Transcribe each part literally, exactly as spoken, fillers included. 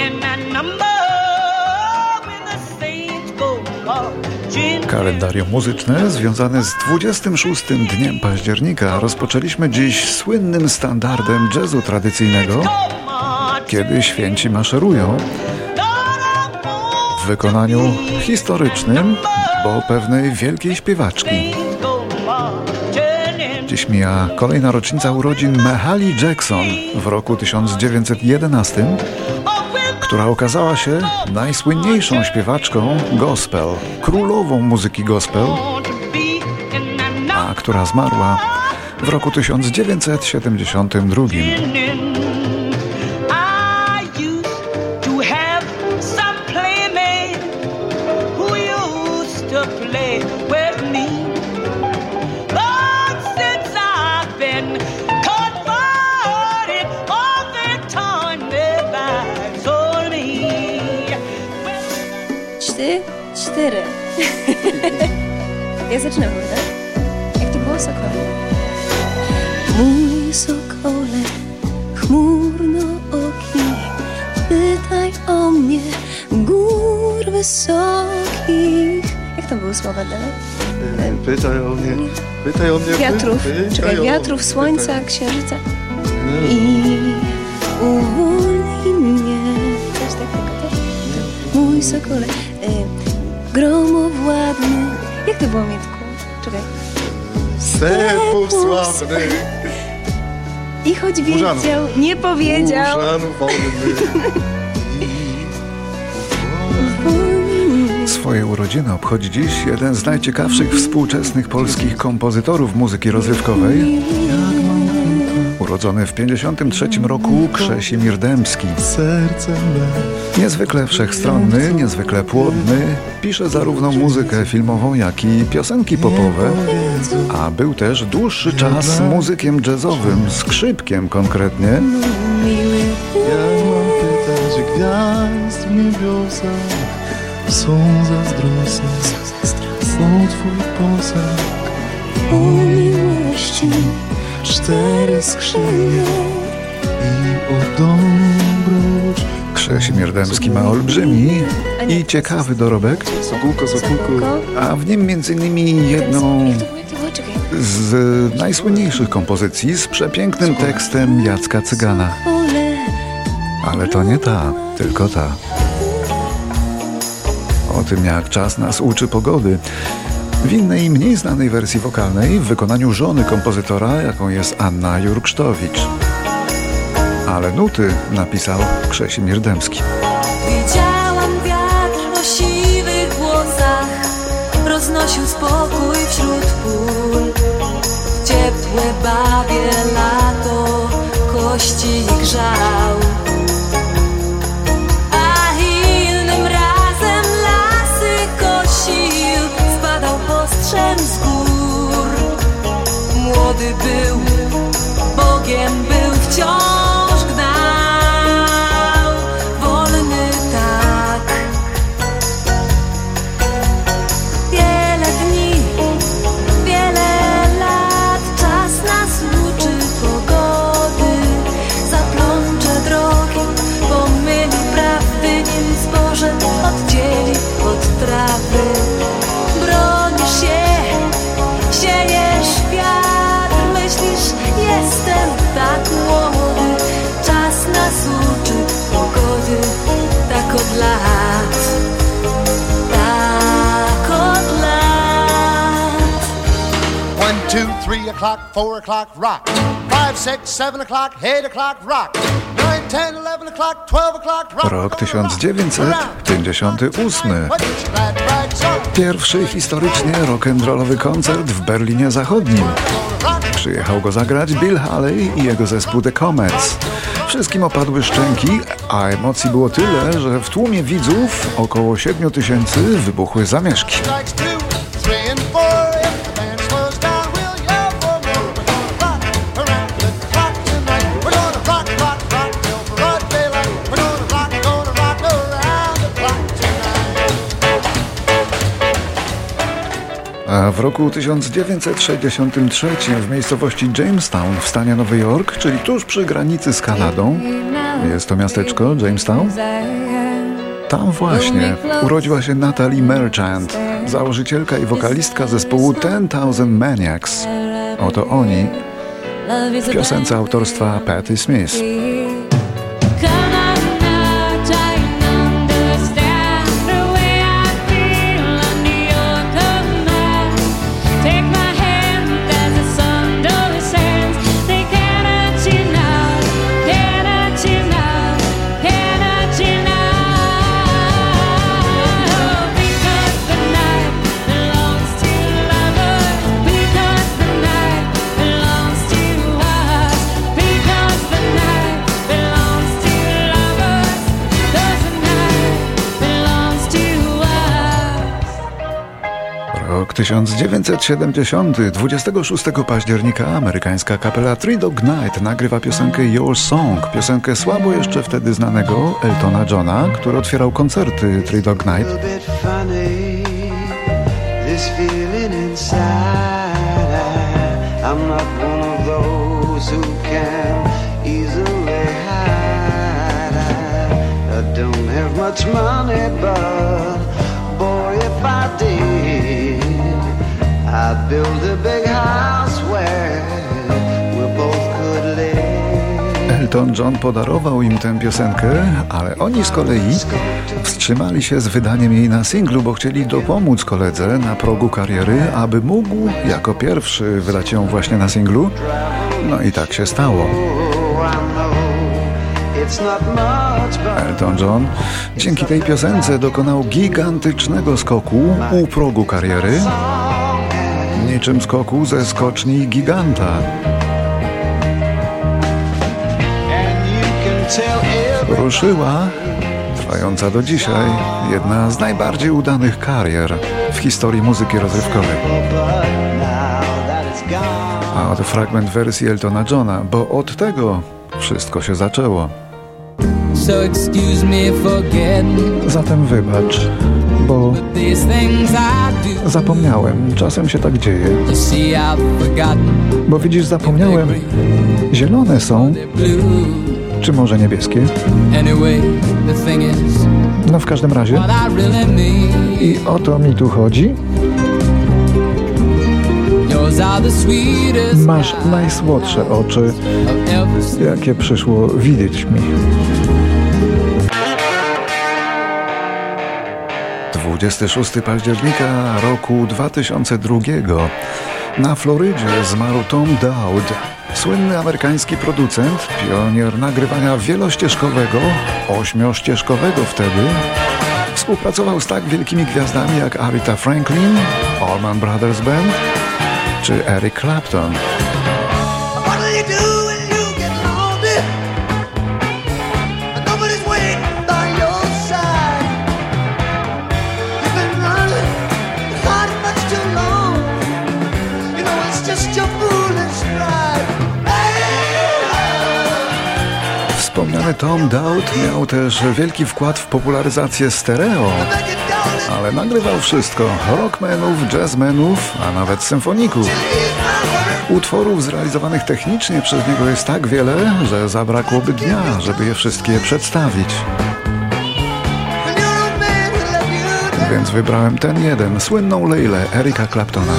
Kalendarium muzyczne związane z dwudziestym szóstym dniem października rozpoczęliśmy dziś słynnym standardem jazzu tradycyjnego, Kiedy święci maszerują, w wykonaniu historycznym, bo pewnej wielkiej śpiewaczki. Dziś mija kolejna rocznica urodzin Mahalia Jackson w roku tysiąc dziewięćset jedenastym, która okazała się najsłynniejszą śpiewaczką gospel, królową muzyki gospel, a która zmarła w roku tysiąc dziewięćset siedemdziesiątym drugim. Trzy, cztery. Ja zaczynam, prawda? Jak to było, Sokole? Mój sokole, chmurno-oki, pytaj o mnie gór wysokich. Jak to były słowa dalej? Pytaj o mnie, pytaj o mnie. Wiatrów, pytaj czekaj, o wiatrów, mnie, słońca, pytaj. księżyca. I uwolnij mnie. Coś takiego, tak? Mój sokole, y, gromowładny. Jak to było, Mietku? Czekaj. Stepów sławnych. I choć Murzanów. wiedział, nie powiedział. Murzanów wolnych. Swoje urodziny obchodzi dziś jeden z najciekawszych współczesnych polskich kompozytorów muzyki rozrywkowej. Urodzony w pięćdziesiątym trzecim roku Krzesimir Dębski. Niezwykle wszechstronny, niezwykle płodny, pisze zarówno muzykę filmową, jak i piosenki popowe, a był też dłuższy czas muzykiem jazzowym, skrzypkiem konkretnie. Jak mam pytać gwiazd w niebiosach, są zazdrosne o twój posag. O miłości Cztery skrzynie i o dobroć. Krzesimir Dębski ma olbrzymi i ciekawy dorobek, Sokółko, sokółko. a w nim między innymi jedną Jak to było, jak to było? Czekaj. z najsłynniejszych kompozycji z przepięknym tekstem Jacka Cygana. Ale to nie ta, tylko ta. O tym, jak czas nas uczy pogody. W innej, mniej znanej wersji wokalnej w wykonaniu żony kompozytora, jaką jest Anna Jurksztowicz. Ale nuty napisał Krzesimir Dębski. Widziałam wiatr o siwych włosach, roznosił spokój wśród pól. Ciepłe babie lato kości grzał, a innym razem lasy kosił, spadał postrzem z gór. Młody był, Bogiem był wciąż gnał, wolny tak. Wiele dni, wiele lat, czas nas uczy pogody. Zaplącze drogi, pomyli prawdy, zboże oddzieli od trawy. Bronisz się, siejesz wiatr, myślisz, jestem tak młody. Czas nas uczy pogody, tak od lat, tak od lat. One, two, three o'clock, four o'clock, rock. Five, six, seven o'clock, eight o'clock, rock. Nine, ten, eleven o'clock, twelve o'clock, rock. Rok tysiąc dziewięćset pięćdziesiąty ósmy. Pierwszy historycznie rock'n'rollowy koncert w Berlinie Zachodnim. Przyjechał go zagrać Bill Haley i jego zespół The Comets. Wszystkim opadły szczęki, a emocji było tyle, że w tłumie widzów, około siedmiu tysięcy, wybuchły zamieszki. A w roku tysiąc dziewięćset sześćdziesiątym trzecim w miejscowości Jamestown w stanie Nowy Jork, czyli tuż przy granicy z Kanadą, jest to miasteczko Jamestown, tam właśnie urodziła się Natalie Merchant, założycielka i wokalistka zespołu Ten Thousand Maniacs. Oto oni w piosence autorstwa Patti Smith. Rok tysiąc dziewięćset siedemdziesiąty. dwudziestego szóstego października amerykańska kapela Three Dog Night nagrywa piosenkę Your Song, piosenkę słabo jeszcze wtedy znanego Eltona Johna, który otwierał koncerty Three Dog Night. I build a big house where we both could live. Elton John podarował im tę piosenkę, ale oni z kolei wstrzymali się z wydaniem jej na singlu, bo chcieli dopomóc koledze na progu kariery, aby mógł jako pierwszy wydać ją właśnie na singlu. No i tak się stało. Elton John dzięki tej piosence dokonał gigantycznego skoku u progu kariery, niczym skoku ze skoczni giganta. Ruszyła, trwająca do dzisiaj, jedna z najbardziej udanych karier w historii muzyki rozrywkowej. A oto fragment wersji Eltona Johna, bo od tego wszystko się zaczęło. Zatem wybacz, bo zapomniałem, czasem się tak dzieje. Bo widzisz, zapomniałem, zielone są, czy może niebieskie? No w każdym razie, i o to mi tu chodzi. Masz najsłodsze oczy, jakie przyszło widzieć mi. dwudziestego szóstego października roku dwa tysiące drugiego na Florydzie zmarł Tom Dowd, słynny amerykański producent, pionier nagrywania wielościeżkowego, ośmiościeżkowego wtedy. Współpracował z tak wielkimi gwiazdami jak Aretha Franklin, Allman Brothers Band czy Eric Clapton. Wspomniany Tom Dowd miał też wielki wkład w popularyzację stereo, ale nagrywał wszystko: rockmenów, jazzmenów, a nawet symfoników. Utworów zrealizowanych technicznie przez niego jest tak wiele, że zabrakłoby dnia, żeby je wszystkie przedstawić. Więc wybrałem ten jeden, słynną Leilę Erika Claptona.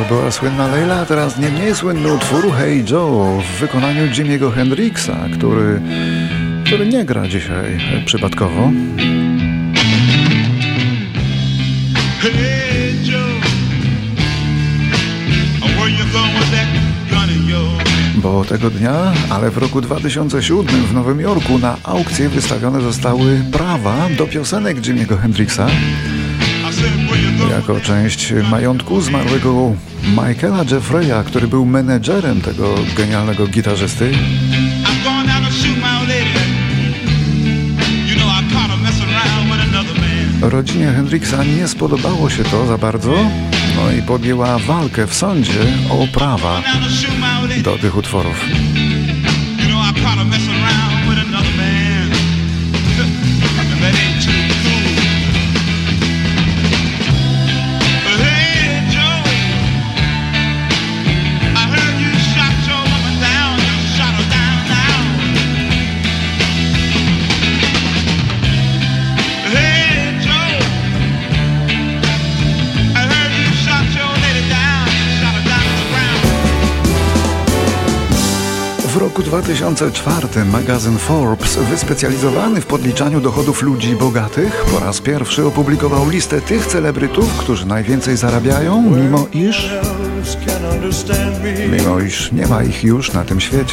była słynna Leila, a teraz nie mniej słynny utwór Hey Joe w wykonaniu Jimiego Hendrixa, który, który nie gra dzisiaj przypadkowo. Hey Joe, where you going with that gun of yours? Bo tego dnia, ale w roku dwa tysiące siódmym w Nowym Jorku na aukcję wystawione zostały prawa do piosenek Jimiego Hendrixa jako część majątku zmarłego Michaela Jeffreya, który był menedżerem tego genialnego gitarzysty. Rodzinie Hendrixa nie spodobało się to za bardzo, no i podjęła walkę w sądzie o prawa do tych utworów. W roku dwa tysiące czwartym magazyn Forbes, wyspecjalizowany w podliczaniu dochodów ludzi bogatych, po raz pierwszy opublikował listę tych celebrytów, którzy najwięcej zarabiają, mimo iż mimo iż nie ma ich już na tym świecie.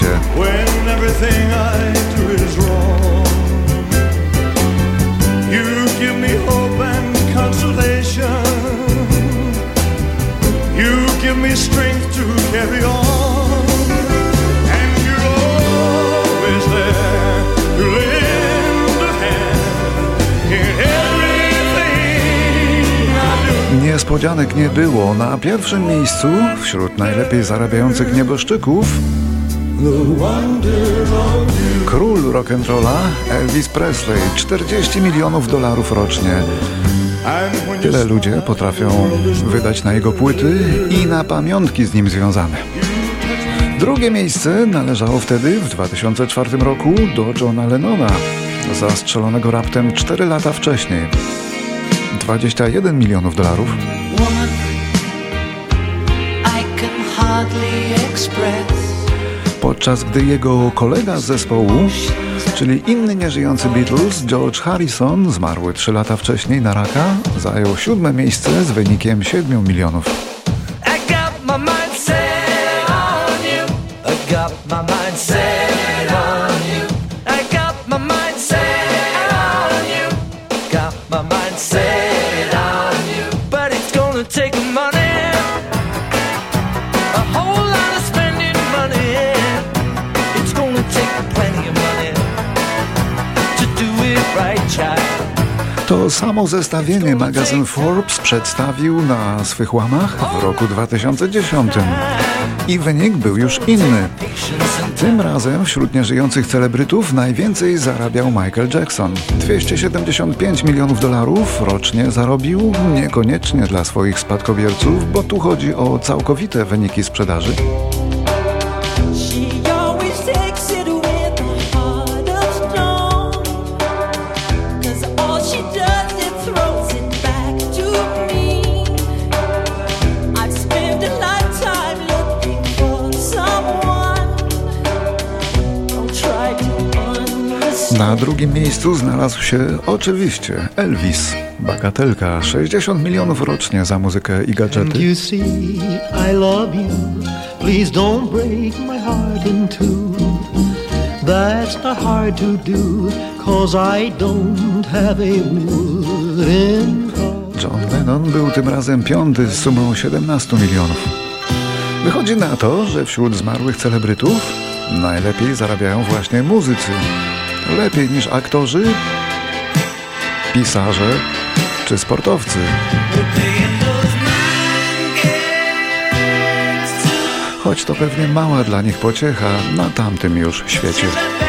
Niespodzianek nie było. Na pierwszym miejscu wśród najlepiej zarabiających nieboszczyków król rock'n'rolla Elvis Presley, czterdzieści milionów dolarów rocznie. Tyle ludzie potrafią wydać na jego płyty i na pamiątki z nim związane. Drugie miejsce należało wtedy, w dwa tysiące czwartym roku, do Johna Lennona, zastrzelonego raptem cztery lata wcześniej. dwadzieścia jeden milionów dolarów. Podczas gdy jego kolega z zespołu, czyli inny nieżyjący Beatles, George Harrison, zmarły trzy lata wcześniej na raka, zajął siódme miejsce z wynikiem siedmiu milionów. To samo zestawienie magazyn Forbes przedstawił na swych łamach w roku dwa tysiące dziesiątym i wynik był już inny. Tym razem wśród nieżyjących celebrytów najwięcej zarabiał Michael Jackson. dwieście siedemdziesiąt pięć milionów dolarów rocznie zarobił, niekoniecznie dla swoich spadkobierców, bo tu chodzi o całkowite wyniki sprzedaży. Na drugim miejscu znalazł się oczywiście Elvis. Bagatelka, sześćdziesiąt milionów rocznie za muzykę i gadżety. You see, I love you. Please don't break my heart in two. That's not hard to do, 'cause I don't have a wooden cross. John Lennon był tym razem piąty z sumą siedemnastu milionów. Wychodzi na to, że wśród zmarłych celebrytów najlepiej zarabiają właśnie muzycy. Lepiej niż aktorzy, pisarze czy sportowcy. Choć to pewnie mała dla nich pociecha na tamtym już świecie.